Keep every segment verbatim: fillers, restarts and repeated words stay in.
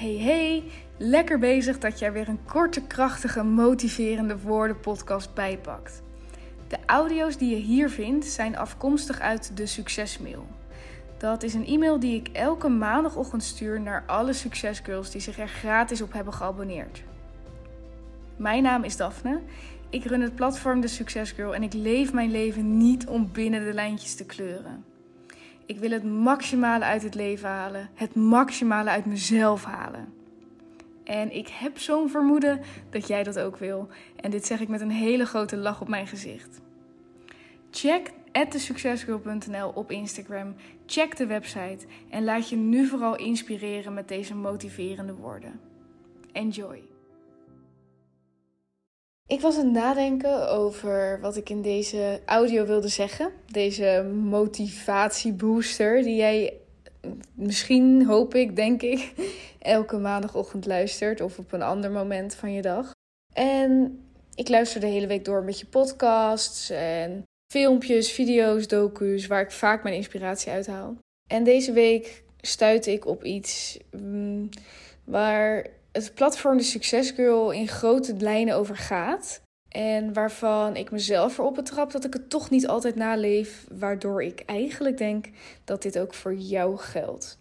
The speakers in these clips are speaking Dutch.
Hey hey, lekker bezig dat jij weer een korte, krachtige, motiverende woordenpodcast bijpakt. De audio's die je hier vindt zijn afkomstig uit de Succesmail. Dat is een e-mail die ik elke maandagochtend stuur naar alle succesgirls die zich er gratis op hebben geabonneerd. Mijn naam is Daphne, ik run het platform De Succesgirl en ik leef mijn leven niet om binnen de lijntjes te kleuren. Ik wil het maximale uit het leven halen, het maximale uit mezelf halen. En ik heb zo'n vermoeden dat jij dat ook wil. En dit zeg ik met een hele grote lach op mijn gezicht. Check at the succesgirl punt n l op Instagram, check de website en laat je nu vooral inspireren met deze motiverende woorden. Enjoy! Ik was aan het nadenken over wat ik in deze audio wilde zeggen. Deze motivatiebooster die jij misschien, hoop ik, denk ik, elke maandagochtend luistert of op een ander moment van je dag. En ik luister de hele week door een beetje podcasts en filmpjes, video's, docu's waar ik vaak mijn inspiratie uithaal. En deze week stuitte ik op iets um, waar het platform De Succesgirl in grote lijnen over gaat. En waarvan ik mezelf erop betrap dat ik het toch niet altijd naleef. Waardoor ik eigenlijk denk dat dit ook voor jou geldt.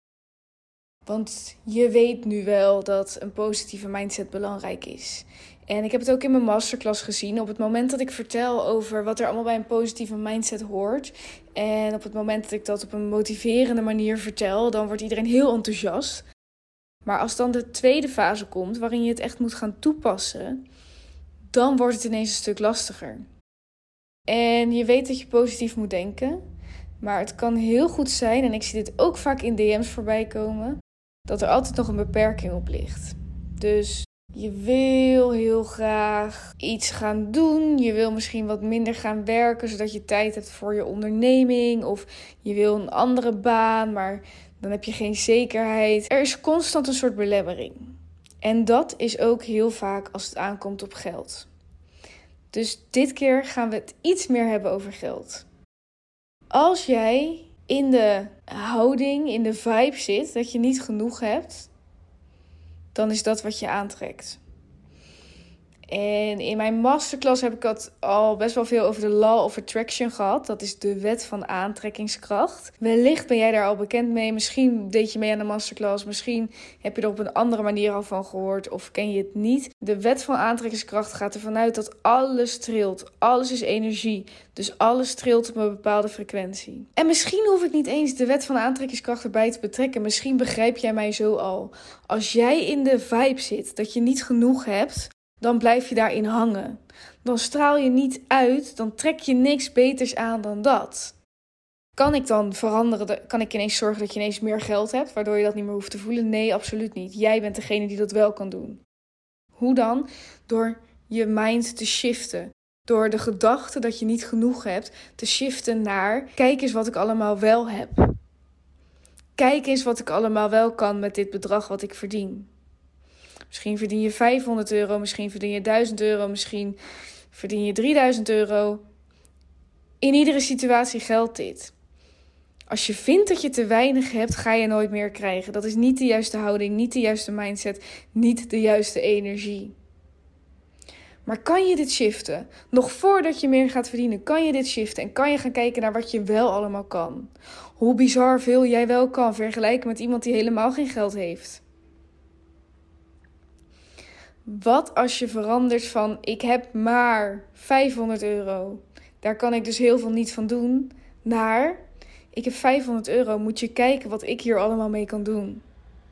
Want je weet nu wel dat een positieve mindset belangrijk is. En ik heb het ook in mijn masterclass gezien. Op het moment dat ik vertel over wat er allemaal bij een positieve mindset hoort. En op het moment dat ik dat op een motiverende manier vertel, dan wordt iedereen heel enthousiast. Maar als dan de tweede fase komt, waarin je het echt moet gaan toepassen, dan wordt het ineens een stuk lastiger. En je weet dat je positief moet denken, maar het kan heel goed zijn, en ik zie dit ook vaak in D M's voorbij komen, dat er altijd nog een beperking op ligt. Dus je wil heel graag iets gaan doen, je wil misschien wat minder gaan werken, zodat je tijd hebt voor je onderneming, of je wil een andere baan, maar dan heb je geen zekerheid. Er is constant een soort belemmering. En dat is ook heel vaak als het aankomt op geld. Dus dit keer gaan we het iets meer hebben over geld. Als jij in de houding, in de vibe zit, dat je niet genoeg hebt, dan is dat wat je aantrekt. En in mijn masterclass heb ik het al best wel veel over de Law of Attraction gehad. Dat is de wet van aantrekkingskracht. Wellicht ben jij daar al bekend mee. Misschien deed je mee aan de masterclass. Misschien heb je er op een andere manier al van gehoord of ken je het niet. De wet van aantrekkingskracht gaat ervan uit dat alles trilt. Alles is energie. Dus alles trilt op een bepaalde frequentie. En misschien hoef ik niet eens de wet van aantrekkingskracht erbij te betrekken. Misschien begrijp jij mij zo al. Als jij in de vibe zit dat je niet genoeg hebt, dan blijf je daarin hangen. Dan straal je niet uit, dan trek je niks beters aan dan dat. Kan ik dan veranderen? Kan ik ineens zorgen dat je ineens meer geld hebt, waardoor je dat niet meer hoeft te voelen? Nee, absoluut niet. Jij bent degene die dat wel kan doen. Hoe dan? Door je mind te shiften. Door de gedachte dat je niet genoeg hebt te shiften naar, kijk eens wat ik allemaal wel heb. Kijk eens wat ik allemaal wel kan met dit bedrag wat ik verdien. Misschien verdien je vijfhonderd euro, misschien verdien je duizend euro, misschien verdien je drieduizend euro. In iedere situatie geldt dit. Als je vindt dat je te weinig hebt, ga je nooit meer krijgen. Dat is niet de juiste houding, niet de juiste mindset, niet de juiste energie. Maar kan je dit shiften? Nog voordat je meer gaat verdienen, kan je dit shiften en kan je gaan kijken naar wat je wel allemaal kan. Hoe bizar veel jij wel kan vergelijken met iemand die helemaal geen geld heeft. Wat als je verandert van ik heb maar vijfhonderd euro, daar kan ik dus heel veel niet van doen, naar ik heb vijfhonderd euro, moet je kijken wat ik hier allemaal mee kan doen.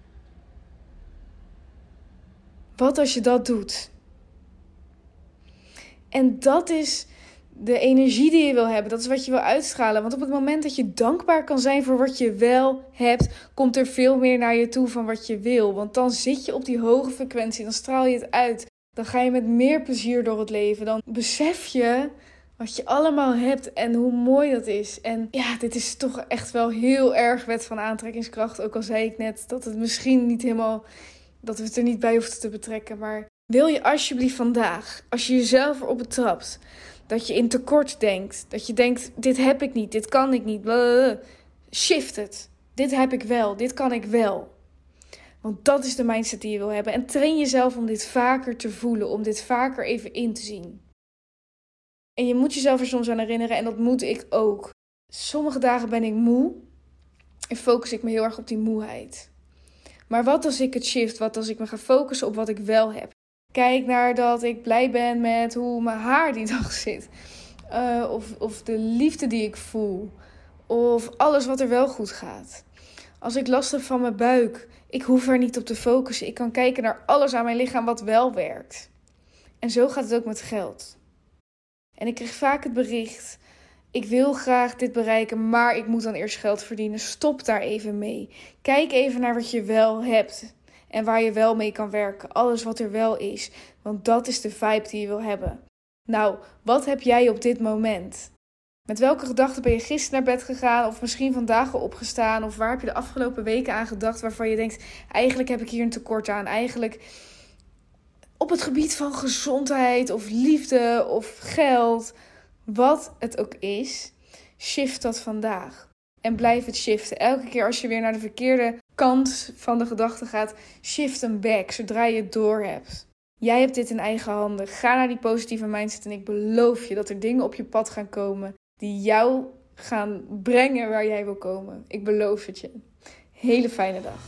Wat als je dat doet? En dat is de energie die je wil hebben, dat is wat je wil uitstralen. Want op het moment dat je dankbaar kan zijn voor wat je wel hebt, komt er veel meer naar je toe van wat je wil. Want dan zit je op die hoge frequentie, dan straal je het uit. Dan ga je met meer plezier door het leven. Dan besef je wat je allemaal hebt en hoe mooi dat is. En ja, dit is toch echt wel heel erg wet van aantrekkingskracht. Ook al zei ik net dat het misschien niet helemaal, dat we het er niet bij hoefden te betrekken. Maar wil je alsjeblieft vandaag, als je jezelf erop betrapt, dat je in tekort denkt. Dat je denkt, dit heb ik niet, dit kan ik niet. Blablabla. Shift het. Dit heb ik wel, dit kan ik wel. Want dat is de mindset die je wil hebben. En train jezelf om dit vaker te voelen, om dit vaker even in te zien. En je moet jezelf er soms aan herinneren en dat moet ik ook. Sommige dagen ben ik moe en focus ik me heel erg op die moeheid. Maar wat als ik het shift, wat als ik me ga focussen op wat ik wel heb? Kijk naar dat ik blij ben met hoe mijn haar die dag zit. Uh, of, of de liefde die ik voel. Of alles wat er wel goed gaat. Als ik last heb van mijn buik, ik hoef er niet op te focussen. Ik kan kijken naar alles aan mijn lichaam wat wel werkt. En zo gaat het ook met geld. En ik kreeg vaak het bericht, ik wil graag dit bereiken, maar ik moet dan eerst geld verdienen. Stop daar even mee. Kijk even naar wat je wel hebt en waar je wel mee kan werken. Alles wat er wel is, want dat is de vibe die je wil hebben. Nou, wat heb jij op dit moment? Met welke gedachten ben je gisteren naar bed gegaan of misschien vandaag al opgestaan? Of waar heb je de afgelopen weken aan gedacht waarvan je denkt, eigenlijk heb ik hier een tekort aan. Eigenlijk op het gebied van gezondheid of liefde of geld, wat het ook is, shift dat vandaag. En blijf het shiften. Elke keer als je weer naar de verkeerde kant van de gedachte gaat, shift hem back, zodra je het door hebt. Jij hebt dit in eigen handen. Ga naar die positieve mindset en ik beloof je dat er dingen op je pad gaan komen die jou gaan brengen waar jij wil komen. Ik beloof het je. Hele fijne dag.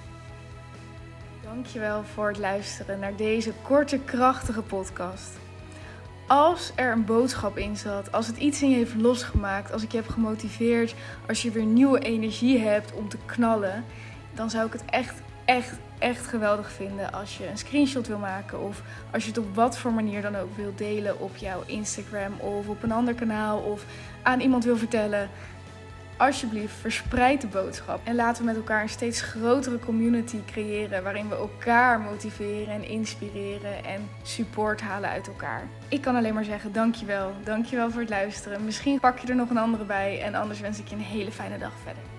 Dankjewel voor het luisteren naar deze korte, krachtige podcast. Als er een boodschap in zat, als het iets in je heeft losgemaakt, als ik je heb gemotiveerd, als je weer nieuwe energie hebt om te knallen, dan zou ik het echt, echt, echt geweldig vinden als je een screenshot wil maken of als je het op wat voor manier dan ook wil delen op jouw Instagram of op een ander kanaal of aan iemand wil vertellen. Alsjeblieft, verspreid de boodschap en laten we met elkaar een steeds grotere community creëren waarin we elkaar motiveren en inspireren en support halen uit elkaar. Ik kan alleen maar zeggen dankjewel, dankjewel voor het luisteren. Misschien pak je er nog een andere bij en anders wens ik je een hele fijne dag verder.